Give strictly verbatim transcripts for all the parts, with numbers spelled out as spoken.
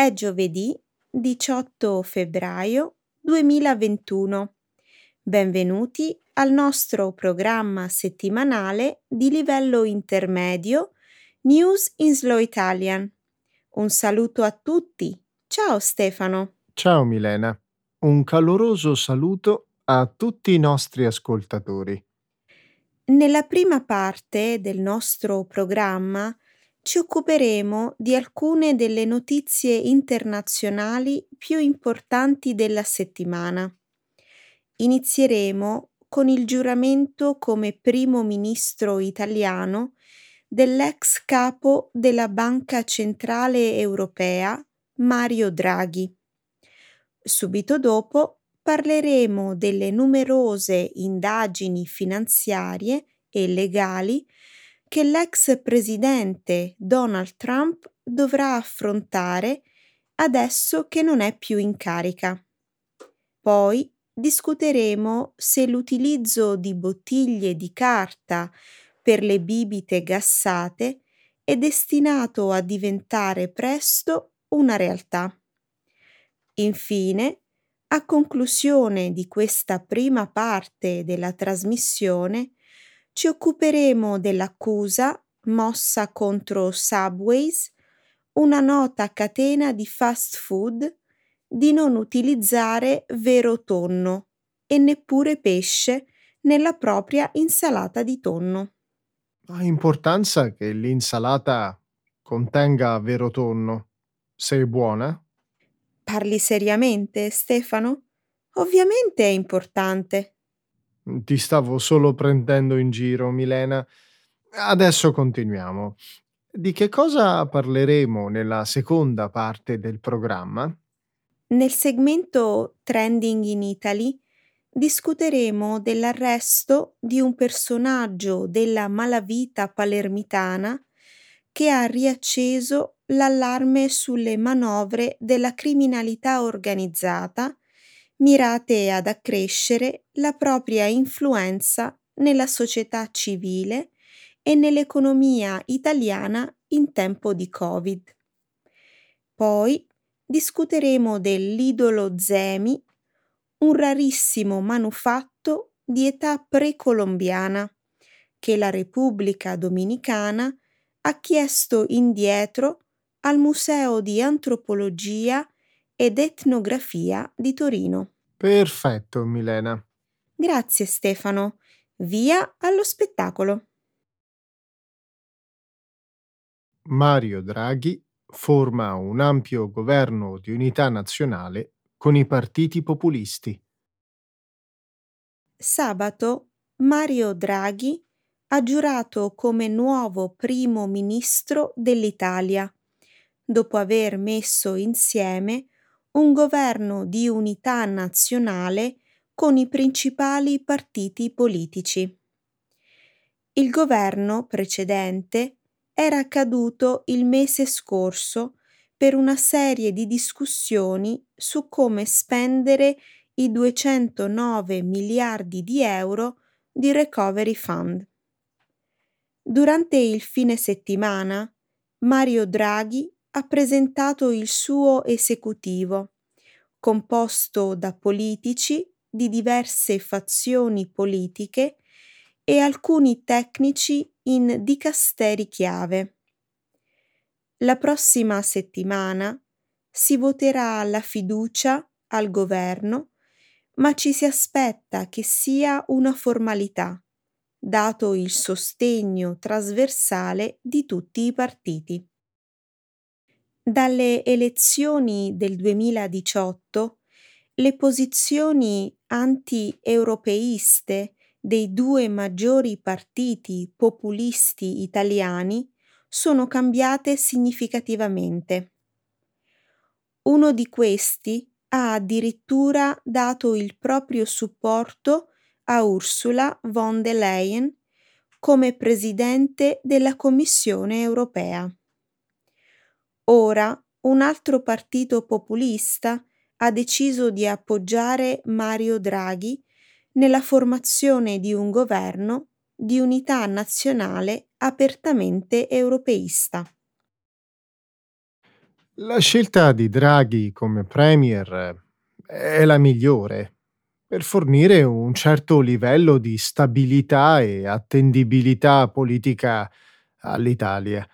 È giovedì diciotto febbraio duemilaventuno. Benvenuti al nostro programma settimanale di livello intermedio News in Slow Italian. Un saluto a tutti. Ciao Stefano. Ciao Milena, un caloroso saluto a tutti i nostri ascoltatori. Nella prima parte del nostro programma ci occuperemo di alcune delle notizie internazionali più importanti della settimana. Inizieremo con il giuramento come primo ministro italiano dell'ex capo della Banca Centrale Europea, Mario Draghi. Subito dopo parleremo delle numerose indagini finanziarie e legali che l'ex presidente Donald Trump dovrà affrontare adesso che non è più in carica. Poi discuteremo se l'utilizzo di bottiglie di carta per le bibite gassate è destinato a diventare presto una realtà. Infine, a conclusione di questa prima parte della trasmissione, ci occuperemo dell'accusa mossa contro Subways, una nota catena di fast food, di non utilizzare vero tonno e neppure pesce nella propria insalata di tonno. Ha importanza che l'insalata contenga vero tonno. Sei buona? Parli seriamente, Stefano? Ovviamente è importante. Ti stavo solo prendendo in giro, Milena. Adesso continuiamo. Di che cosa parleremo nella seconda parte del programma? Nel segmento Trending in Italy discuteremo dell'arresto di un personaggio della malavita palermitana che ha riacceso l'allarme sulle manovre della criminalità organizzata mirate ad accrescere la propria influenza nella società civile e nell'economia italiana in tempo di Covid. Poi discuteremo dell'idolo Zemi, un rarissimo manufatto di età precolombiana che la Repubblica Dominicana ha chiesto indietro al Museo di Antropologia ed Etnografia di Torino. Perfetto, Milena. Grazie Stefano. Via allo spettacolo. Mario Draghi forma un ampio governo di unità nazionale con i partiti populisti. Sabato Mario Draghi ha giurato come nuovo primo ministro dell'Italia, dopo aver messo insieme un governo di unità nazionale con i principali partiti politici. Il governo precedente era caduto il mese scorso per una serie di discussioni su come spendere i duecentonove miliardi di euro di Recovery Fund. Durante il fine settimana, Mario Draghi ha presentato il suo esecutivo, composto da politici di diverse fazioni politiche e alcuni tecnici in dicasteri chiave. La prossima settimana si voterà la fiducia al governo, ma ci si aspetta che sia una formalità, dato il sostegno trasversale di tutti i partiti. Dalle elezioni del duemiladiciotto, le posizioni anti-europeiste dei due maggiori partiti populisti italiani sono cambiate significativamente. Uno di questi ha addirittura dato il proprio supporto a Ursula von der Leyen come presidente della Commissione europea. Ora un altro partito populista ha deciso di appoggiare Mario Draghi nella formazione di un governo di unità nazionale apertamente europeista. La scelta di Draghi come premier è la migliore per fornire un certo livello di stabilità e attendibilità politica all'Italia.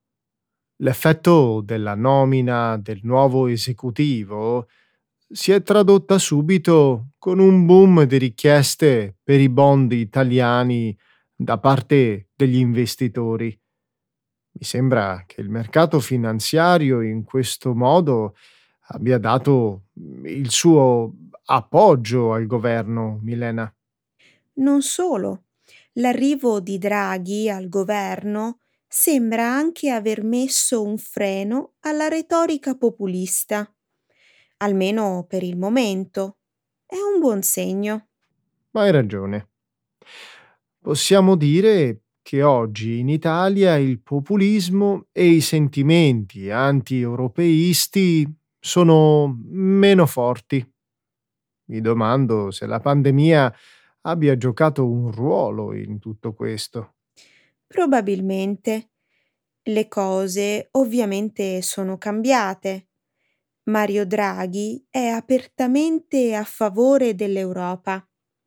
L'effetto della nomina del nuovo esecutivo si è tradotta subito con un boom di richieste per i bond italiani da parte degli investitori. Mi sembra che il mercato finanziario in questo modo abbia dato mm, il suo appoggio al governo, Milena. Non solo, l'arrivo di Draghi al governo sembra anche aver messo un freno alla retorica populista, almeno per il momento. È un buon segno. Ma hai ragione. Possiamo dire che oggi in Italia il populismo e i sentimenti anti-europeisti sono meno forti. Mi domando se la pandemia abbia giocato un ruolo in tutto questo. Probabilmente le cose ovviamente sono cambiate. Mario Draghi è apertamente a favore dell'Europa.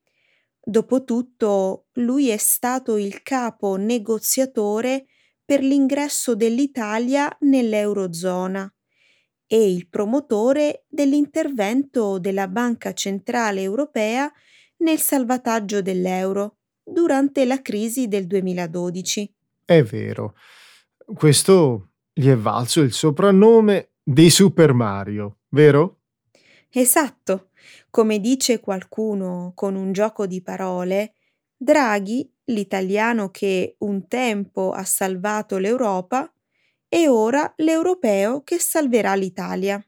Dopotutto, lui è stato il capo negoziatore per l'ingresso dell'Italia nell'Eurozona e il promotore dell'intervento della Banca Centrale Europea nel salvataggio dell'euro durante la crisi del duemiladodici. È vero. Questo gli è valso il soprannome di Super Mario, vero? Esatto, come dice qualcuno con un gioco di parole, Draghi, l'italiano che un tempo ha salvato l'Europa, è ora l'europeo che salverà l'Italia.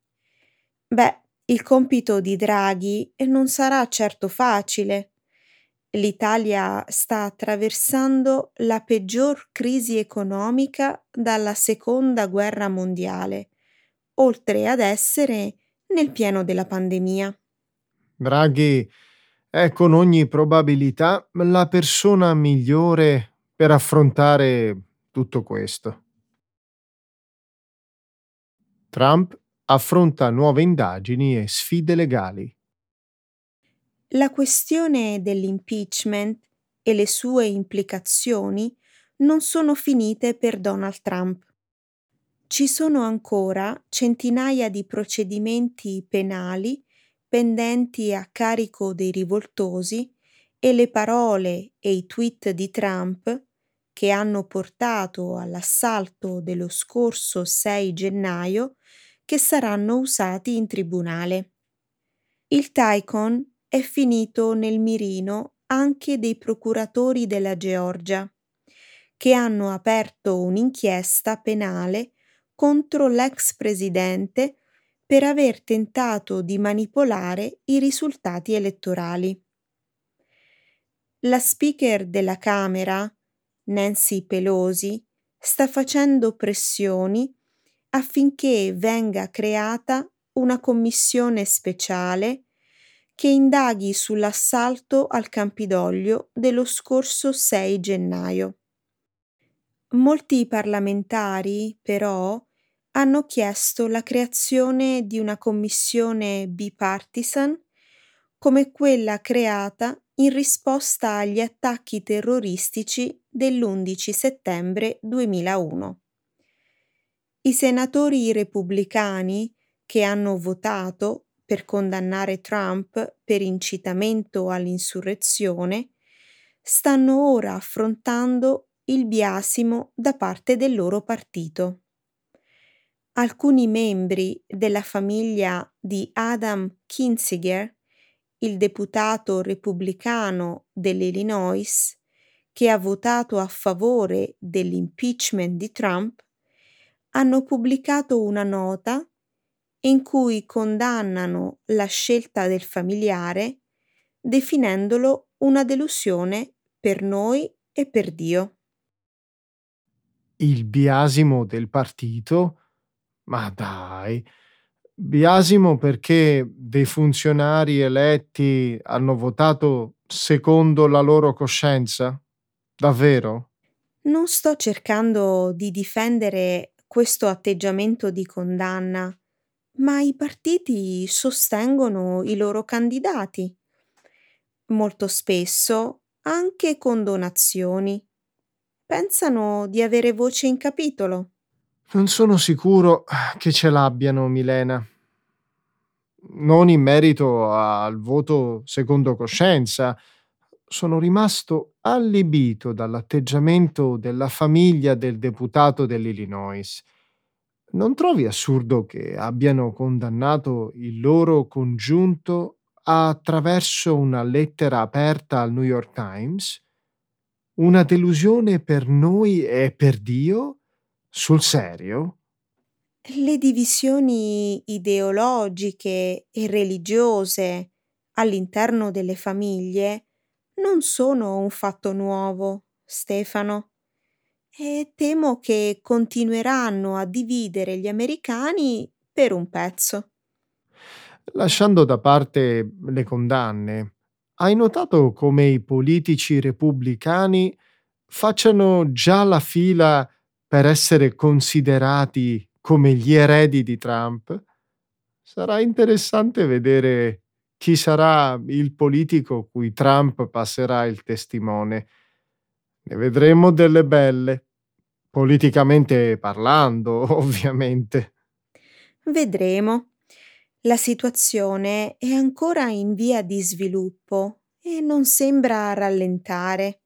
Beh, il compito di Draghi non sarà certo facile. L'Italia sta attraversando la peggior crisi economica dalla seconda guerra mondiale, oltre ad essere nel pieno della pandemia. Draghi è con ogni probabilità la persona migliore per affrontare tutto questo. Trump affronta nuove indagini e sfide legali. La questione dell'impeachment e le sue implicazioni non sono finite per Donald Trump. Ci sono ancora centinaia di procedimenti penali pendenti a carico dei rivoltosi e le parole e i tweet di Trump, che hanno portato all'assalto dello scorso sei gennaio, che saranno usati in tribunale. Il Tycoon è finito nel mirino anche dei procuratori della Georgia, che hanno aperto un'inchiesta penale contro l'ex presidente per aver tentato di manipolare i risultati elettorali. La speaker della Camera, Nancy Pelosi, sta facendo pressioni affinché venga creata una commissione speciale che indaghi sull'assalto al Campidoglio dello scorso sei gennaio. Molti parlamentari, però, hanno chiesto la creazione di una commissione bipartisan come quella creata in risposta agli attacchi terroristici dell'undici settembre duemilauno. I senatori repubblicani che hanno votato per condannare Trump per incitamento all'insurrezione stanno ora affrontando il biasimo da parte del loro partito. Alcuni membri della famiglia di Adam Kinzinger, il deputato repubblicano dell'Illinois, che ha votato a favore dell'impeachment di Trump, hanno pubblicato una nota in cui condannano la scelta del familiare, definendolo una delusione per noi e per Dio. Il biasimo del partito? Ma dai, biasimo perché dei funzionari eletti hanno votato secondo la loro coscienza? Davvero? Non sto cercando di difendere questo atteggiamento di condanna, ma i partiti sostengono i loro candidati, molto spesso anche con donazioni. Pensano di avere voce in capitolo. Non sono sicuro che ce l'abbiano, Milena. Non in merito al voto secondo coscienza, sono rimasto allibito dall'atteggiamento della famiglia del deputato dell'Illinois. Non trovi assurdo che abbiano condannato il loro congiunto attraverso una lettera aperta al New York Times? Una delusione per noi e per Dio? Sul serio? Le divisioni ideologiche e religiose all'interno delle famiglie non sono un fatto nuovo, Stefano, e temo che continueranno a dividere gli americani per un pezzo. Lasciando da parte le condanne, hai notato come i politici repubblicani facciano già la fila per essere considerati come gli eredi di Trump? Sarà interessante vedere chi sarà il politico cui Trump passerà il testimone. Ne vedremo delle belle, politicamente parlando, ovviamente. Vedremo. La situazione è ancora in via di sviluppo e non sembra rallentare.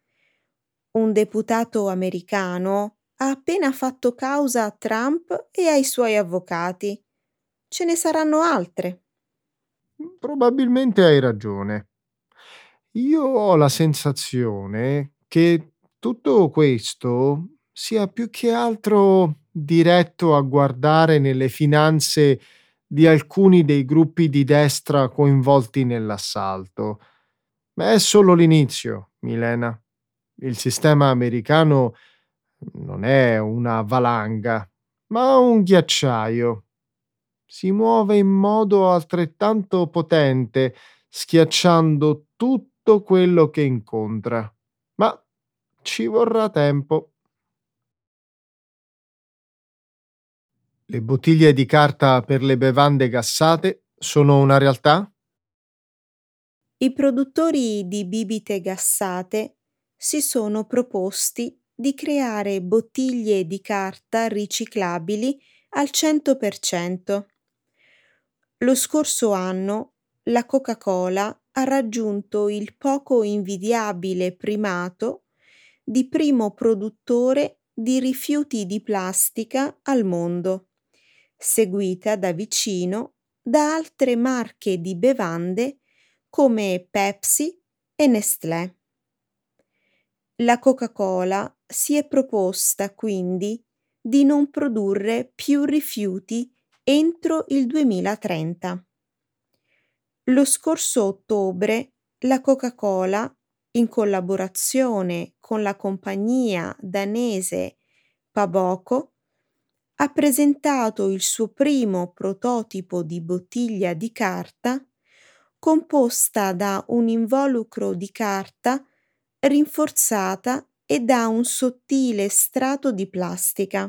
Un deputato americano ha appena fatto causa a Trump e ai suoi avvocati. Ce ne saranno altre. Probabilmente hai ragione. Io ho la sensazione che tutto questo sia più che altro diretto a guardare nelle finanze di alcuni dei gruppi di destra coinvolti nell'assalto. Ma è solo l'inizio, Milena. Il sistema americano non è una valanga, ma un ghiacciaio. Si muove in modo altrettanto potente, schiacciando tutto quello che incontra. Ma ci vorrà tempo. Le bottiglie di carta per le bevande gassate sono una realtà? I produttori di bibite gassate si sono proposti di creare bottiglie di carta riciclabili al cento per cento. Lo scorso anno la Coca-Cola ha raggiunto il poco invidiabile primato di primo produttore di rifiuti di plastica al mondo, seguita da vicino da altre marche di bevande come Pepsi e Nestlé. La Coca-Cola si è proposta quindi di non produrre più rifiuti entro il duemilatrenta. Lo scorso ottobre la Coca-Cola, in collaborazione con la compagnia danese Paboco, ha presentato il suo primo prototipo di bottiglia di carta composta da un involucro di carta rinforzata e da un sottile strato di plastica.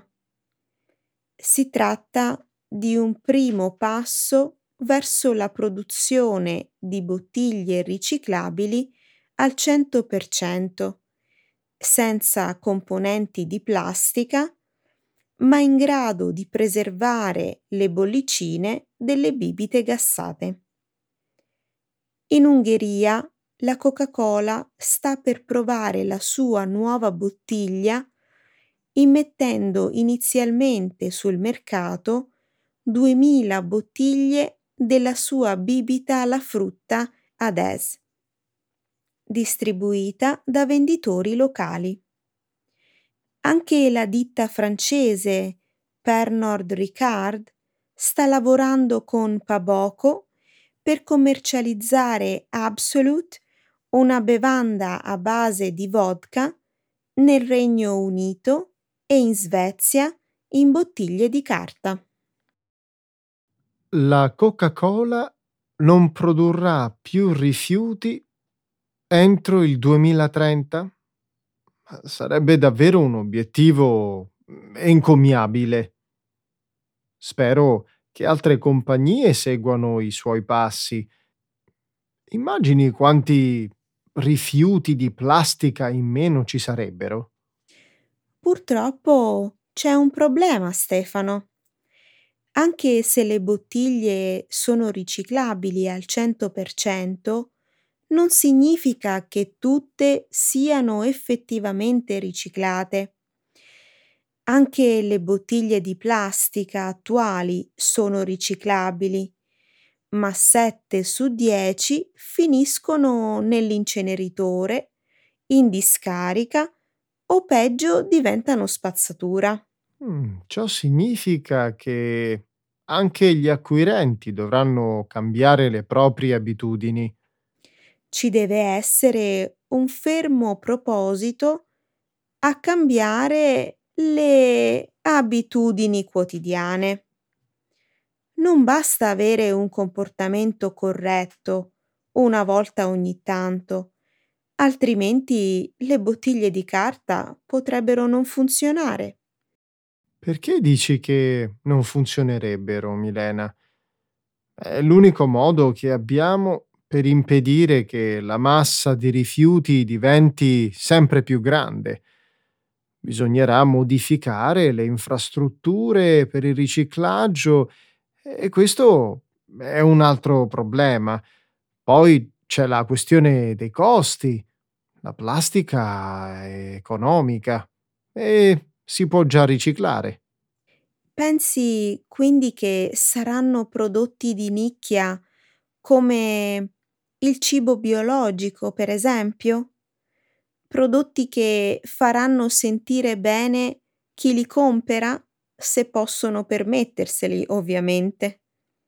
Si tratta di un primo passo verso la produzione di bottiglie riciclabili al cento per cento, senza componenti di plastica, ma in grado di preservare le bollicine delle bibite gassate. In Ungheria la Coca-Cola sta per provare la sua nuova bottiglia immettendo inizialmente sul mercato duemila bottiglie della sua bibita alla frutta Adès, distribuita da venditori locali. Anche la ditta francese Pernod Ricard sta lavorando con Paboco per commercializzare Absolut, una bevanda a base di vodka, nel Regno Unito e in Svezia in bottiglie di carta. La Coca-Cola non produrrà più rifiuti entro il duemilatrenta? Ma sarebbe davvero un obiettivo mm, è incommiabile. Spero che altre compagnie seguano i suoi passi. Immagini quanti rifiuti di plastica in meno ci sarebbero. Purtroppo c'è un problema, Stefano. Anche se le bottiglie sono riciclabili al cento per cento, non significa che tutte siano effettivamente riciclate. Anche le bottiglie di plastica attuali sono riciclabili, ma sette su dieci finiscono nell'inceneritore, in discarica o peggio diventano spazzatura. Mm, ciò significa che anche gli acquirenti dovranno cambiare le proprie abitudini. Ci deve essere un fermo proposito a cambiare le abitudini quotidiane. Non basta avere un comportamento corretto una volta ogni tanto, altrimenti le bottiglie di carta potrebbero non funzionare. Perché dici che non funzionerebbero, Milena? È l'unico modo che abbiamo per impedire che la massa di rifiuti diventi sempre più grande. Bisognerà modificare le infrastrutture per il riciclaggio e questo è un altro problema. Poi c'è la questione dei costi. La plastica è economica e si può già riciclare. Pensi quindi che saranno prodotti di nicchia come il cibo biologico, per esempio? Prodotti che faranno sentire bene chi li compera, se possono permetterseli, ovviamente.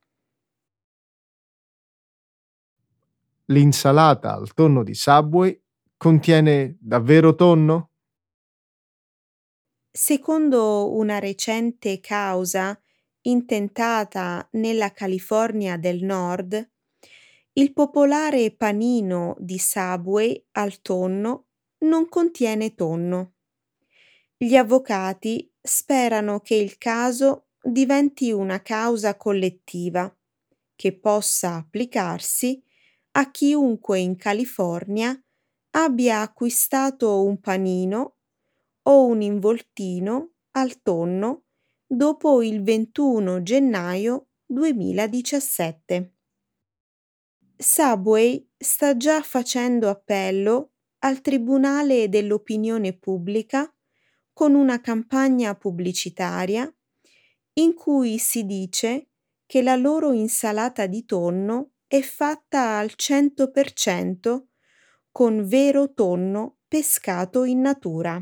L'insalata al tonno di Subway contiene davvero tonno? Secondo una recente causa intentata nella California del Nord, il popolare panino di Subway al tonno non contiene tonno. Gli avvocati sperano che il caso diventi una causa collettiva che possa applicarsi a chiunque in California abbia acquistato un panino o un involtino al tonno dopo il ventuno gennaio duemiladiciassette. Subway sta già facendo appello al Tribunale dell'Opinione Pubblica con una campagna pubblicitaria in cui si dice che la loro insalata di tonno è fatta al cento per cento con vero tonno pescato in natura.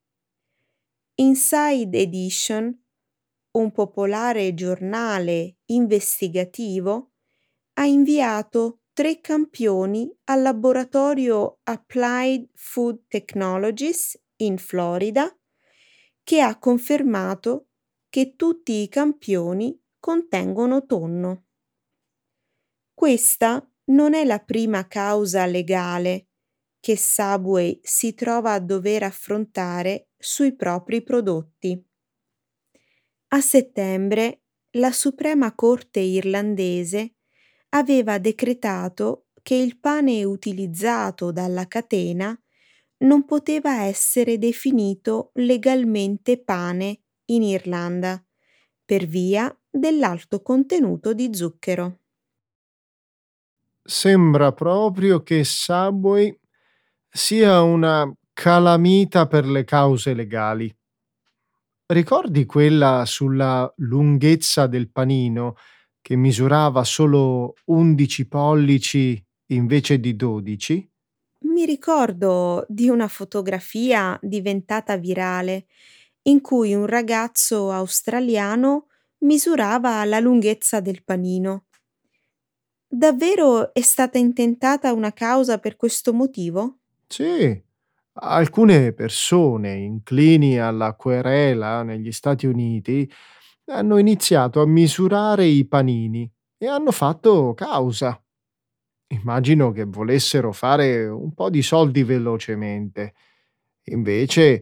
Inside Edition, un popolare giornale investigativo, ha inviato tre campioni al laboratorio Applied Food Technologies in Florida, che ha confermato che tutti i campioni contengono tonno. Questa non è la prima causa legale che Subway si trova a dover affrontare sui propri prodotti. A settembre la Suprema Corte irlandese aveva decretato che il pane utilizzato dalla catena non poteva essere definito legalmente pane in Irlanda per via dell'alto contenuto di zucchero. Sembra proprio che Subway sia una calamita per le cause legali. Ricordi quella sulla lunghezza del panino che misurava solo undici pollici invece di dodici? Mi ricordo di una fotografia diventata virale in cui un ragazzo australiano misurava la lunghezza del panino. Davvero è stata intentata una causa per questo motivo? Sì, alcune persone inclini alla querela negli Stati Uniti hanno iniziato a misurare i panini e hanno fatto causa. Immagino che volessero fare un po' di soldi velocemente. Invece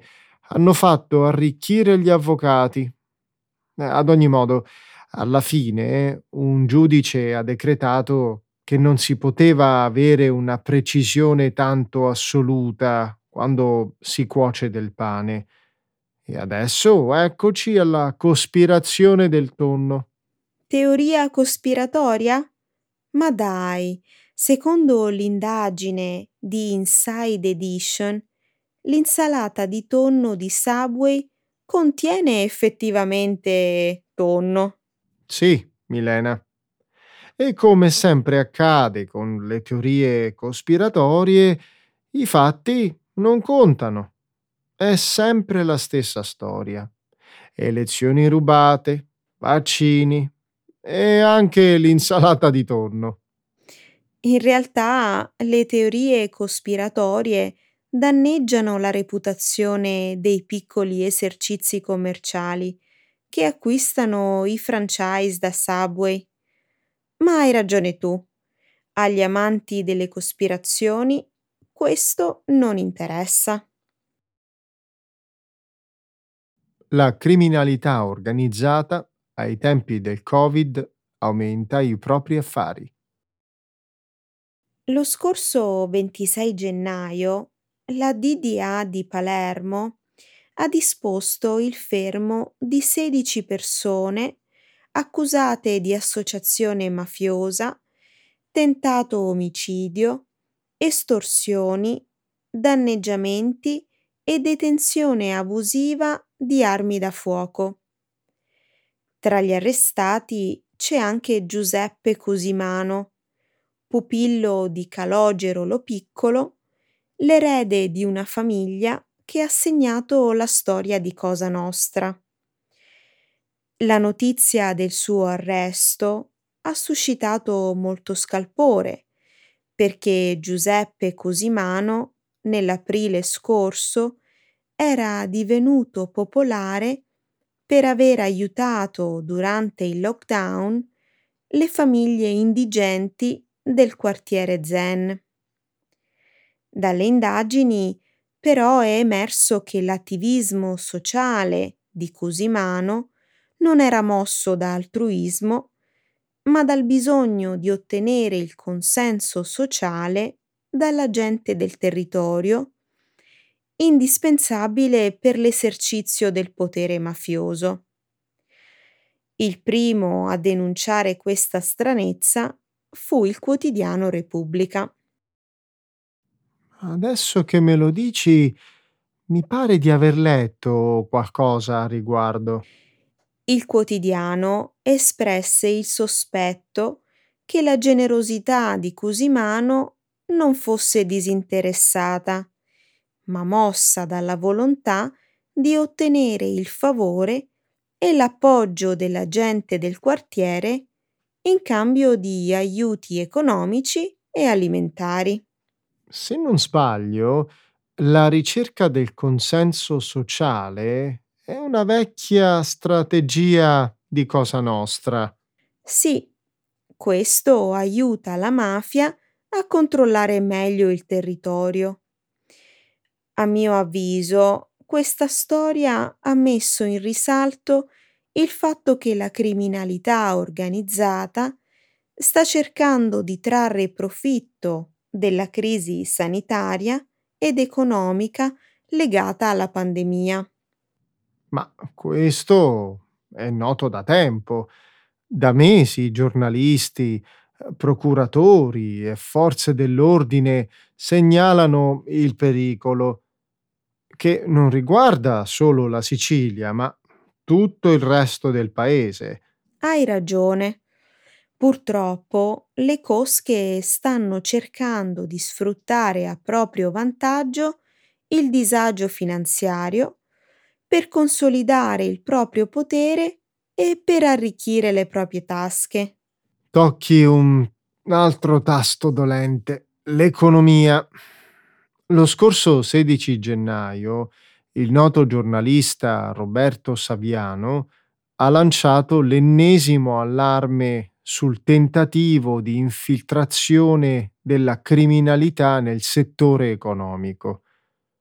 hanno fatto arricchire gli avvocati. Eh, ad ogni modo, alla fine un giudice ha decretato che non si poteva avere una precisione tanto assoluta quando si cuoce del pane. E adesso eccoci alla cospirazione del tonno. Teoria cospiratoria? Ma dai, secondo l'indagine di Inside Edition, l'insalata di tonno di Subway contiene effettivamente tonno. Sì, Milena. E come sempre accade con le teorie cospiratorie, i fatti non contano. È sempre la stessa storia. Elezioni rubate, vaccini e anche l'insalata di tonno. In realtà le teorie cospiratorie danneggiano la reputazione dei piccoli esercizi commerciali che acquistano i franchise da Subway. Ma hai ragione tu, agli amanti delle cospirazioni questo non interessa. La criminalità organizzata ai tempi del Covid aumenta i propri affari. Lo scorso ventisei gennaio la D D A di Palermo ha disposto il fermo di sedici persone accusate di associazione mafiosa, tentato omicidio, estorsioni, danneggiamenti e detenzione abusiva di armi da fuoco. Tra gli arrestati c'è anche Giuseppe Cosimano, pupillo di Calogero lo Piccolo, l'erede di una famiglia che ha segnato la storia di Cosa Nostra. La notizia del suo arresto ha suscitato molto scalpore, perché Giuseppe Cosimano, nell'aprile scorso, era divenuto popolare per aver aiutato durante il lockdown le famiglie indigenti del quartiere Zen. Dalle indagini però è emerso che l'attivismo sociale di Cosimano non era mosso da altruismo, ma dal bisogno di ottenere il consenso sociale dalla gente del territorio, indispensabile per l'esercizio del potere mafioso. Il primo a denunciare questa stranezza fu il quotidiano Repubblica. Adesso che me lo dici, mi pare di aver letto qualcosa a riguardo. Il quotidiano espresse il sospetto che la generosità di Cusimano non fosse disinteressata, ma mossa dalla volontà di ottenere il favore e l'appoggio della gente del quartiere in cambio di aiuti economici e alimentari. Se non sbaglio, la ricerca del consenso sociale è una vecchia strategia di Cosa Nostra. Sì, questo aiuta la mafia a controllare meglio il territorio. A mio avviso, questa storia ha messo in risalto il fatto che la criminalità organizzata sta cercando di trarre profitto della crisi sanitaria ed economica legata alla pandemia. Ma questo è noto da tempo. Da mesi giornalisti, eh, procuratori e forze dell'ordine segnalano il pericolo, che non riguarda solo la Sicilia, ma tutto il resto del paese. Hai ragione. Purtroppo le cosche stanno cercando di sfruttare a proprio vantaggio il disagio finanziario per consolidare il proprio potere e per arricchire le proprie tasche. Tocchi un altro tasto dolente, l'economia. Lo scorso sedici gennaio il noto giornalista Roberto Saviano ha lanciato l'ennesimo allarme sul tentativo di infiltrazione della criminalità nel settore economico.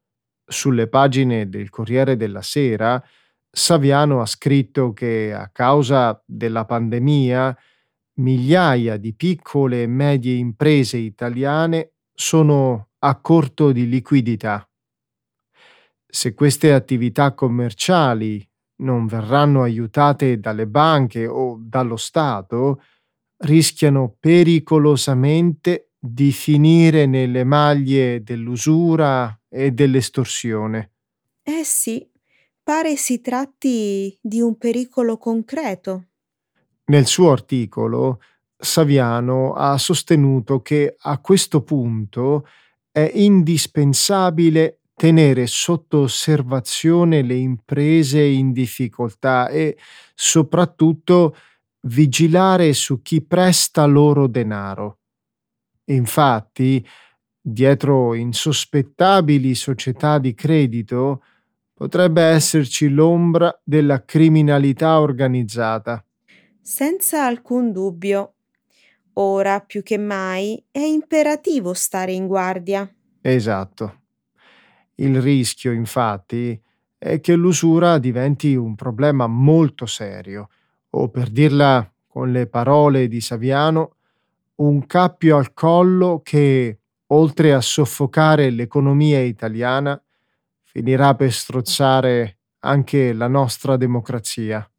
Sulle pagine del Corriere della Sera, Saviano ha scritto che a causa della pandemia migliaia di piccole e medie imprese italiane sono a corto di liquidità. Se queste attività commerciali non verranno aiutate dalle banche o dallo Stato, rischiano pericolosamente di finire nelle maglie dell'usura e dell'estorsione. Eh sì, pare si tratti di un pericolo concreto. Nel suo articolo, Saviano ha sostenuto che a questo punto è indispensabile tenere sotto osservazione le imprese in difficoltà e soprattutto vigilare su chi presta loro denaro. Infatti, dietro insospettabili società di credito potrebbe esserci l'ombra della criminalità organizzata. Senza alcun dubbio. Ora più che mai è imperativo stare in guardia. Esatto. Il rischio, infatti, è che l'usura diventi un problema molto serio, o per dirla con le parole di Saviano, un cappio al collo che, oltre a soffocare l'economia italiana, finirà per strozzare anche la nostra democrazia.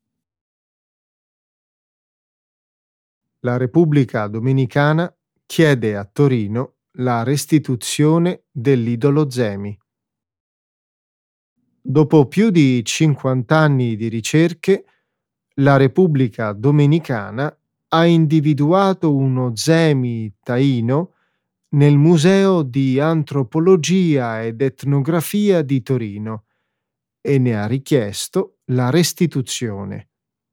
La Repubblica Dominicana chiede a Torino la restituzione dell'idolo Zemi. Dopo più di cinquanta anni di ricerche, la Repubblica Dominicana ha individuato uno Zemi taino nel Museo di Antropologia ed Etnografia di Torino e ne ha richiesto la restituzione.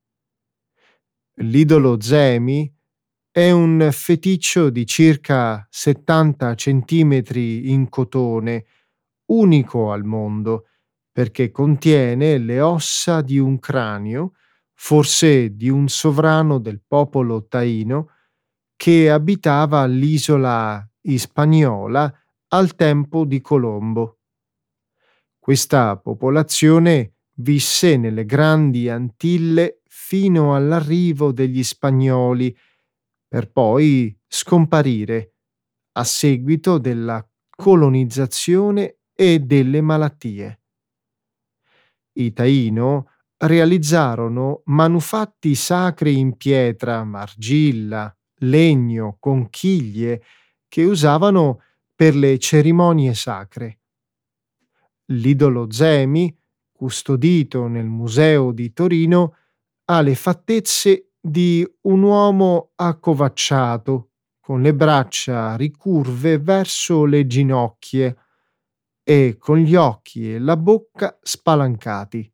L'idolo Zemi è un feticcio di circa settanta centimetri in cotone, unico al mondo, perché contiene le ossa di un cranio, forse di un sovrano del popolo taino, che abitava l'isola Hispaniola al tempo di Colombo. Questa popolazione visse nelle grandi Antille fino all'arrivo degli spagnoli, per poi scomparire a seguito della colonizzazione e delle malattie. I Taino realizzarono manufatti sacri in pietra, argilla, legno, conchiglie che usavano per le cerimonie sacre. L'idolo Zemi, custodito nel Museo di Torino, ha le fattezze di un uomo accovacciato, con le braccia ricurve verso le ginocchia e con gli occhi e la bocca spalancati.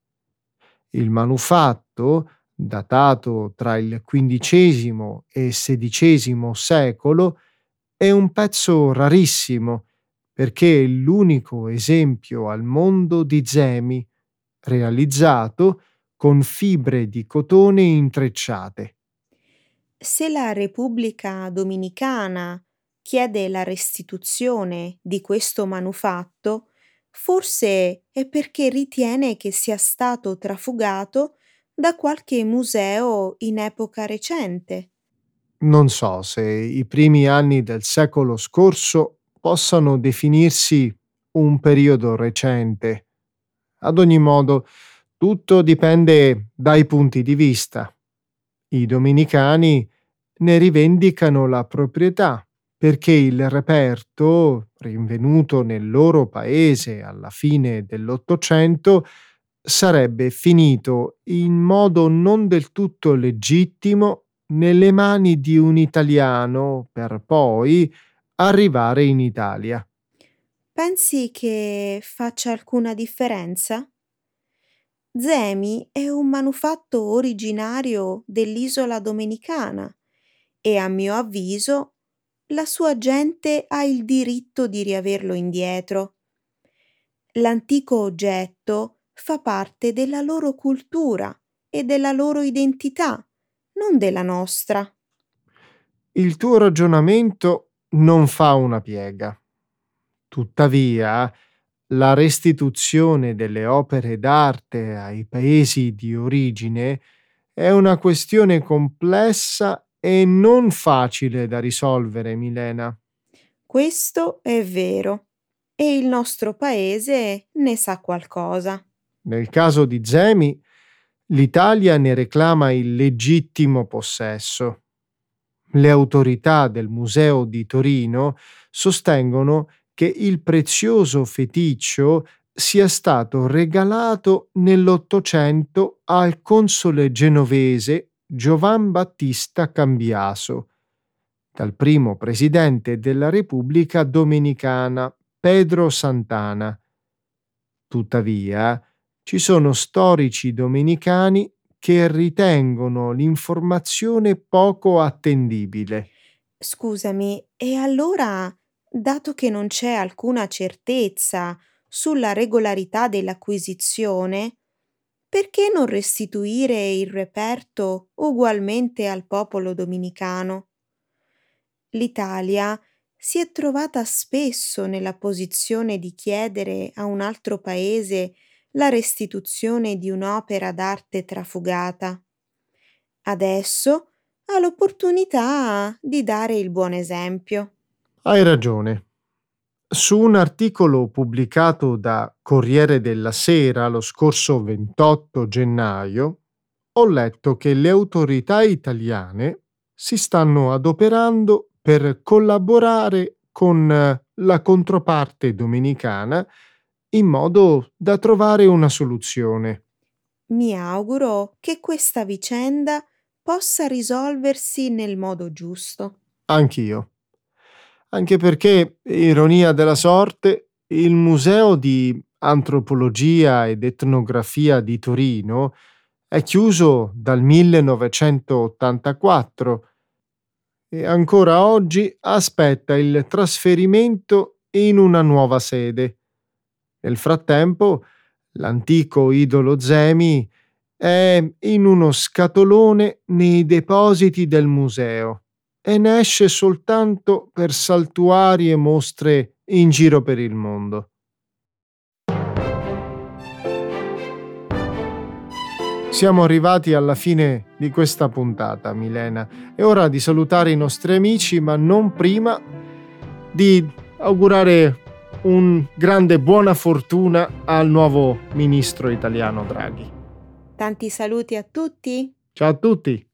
Il manufatto, datato tra il quindicesimo e sedicesimo secolo, è un pezzo rarissimo perché è l'unico esempio al mondo di Zemi realizzato con fibre di cotone intrecciate. Se la Repubblica Dominicana chiede la restituzione di questo manufatto, forse è perché ritiene che sia stato trafugato da qualche museo in epoca recente. Non so se i primi anni del secolo scorso possano definirsi un periodo recente. Ad ogni modo, tutto dipende dai punti di vista. I dominicani ne rivendicano la proprietà perché il reperto, rinvenuto nel loro paese alla fine dell'Ottocento, sarebbe finito in modo non del tutto legittimo nelle mani di un italiano per poi arrivare in Italia. Pensi che faccia alcuna differenza? Zemi è un manufatto originario dell'isola dominicana e a mio avviso la sua gente ha il diritto di riaverlo indietro. L'antico oggetto fa parte della loro cultura e della loro identità, non della nostra. Il tuo ragionamento non fa una piega. Tuttavia, la restituzione delle opere d'arte ai paesi di origine è una questione complessa e non facile da risolvere, Milena. Questo è vero e il nostro paese ne sa qualcosa. Nel caso di Zemi, l'Italia ne reclama il legittimo possesso. Le autorità del Museo di Torino sostengono che il prezioso feticcio sia stato regalato nell'Ottocento al console genovese Giovan Battista Cambiaso, dal primo presidente della Repubblica Dominicana Pedro Santana. Tuttavia, ci sono storici domenicani che ritengono l'informazione poco attendibile. Scusami, e allora, dato che non c'è alcuna certezza sulla regolarità dell'acquisizione, perché non restituire il reperto ugualmente al popolo dominicano? L'Italia si è trovata spesso nella posizione di chiedere a un altro paese la restituzione di un'opera d'arte trafugata. Adesso ha l'opportunità di dare il buon esempio. Hai ragione. Su un articolo pubblicato da Corriere della Sera lo scorso ventotto gennaio, ho letto che le autorità italiane si stanno adoperando per collaborare con eh, la controparte dominicana in modo da trovare una soluzione. Mi auguro che questa vicenda possa risolversi nel modo giusto. Anch'io. Anche perché, ironia della sorte, il Museo di Antropologia ed Etnografia di Torino è chiuso dal millenovecentottantaquattro e ancora oggi aspetta il trasferimento in una nuova sede. Nel frattempo, l'antico idolo Zemi è in uno scatolone nei depositi del museo e ne esce soltanto per saltuari e mostre in giro per il mondo. Siamo arrivati alla fine di questa puntata, Milena. È ora di salutare i nostri amici, ma non prima di augurare un grande buona fortuna al nuovo ministro italiano Draghi. Tanti saluti a tutti! Ciao a tutti!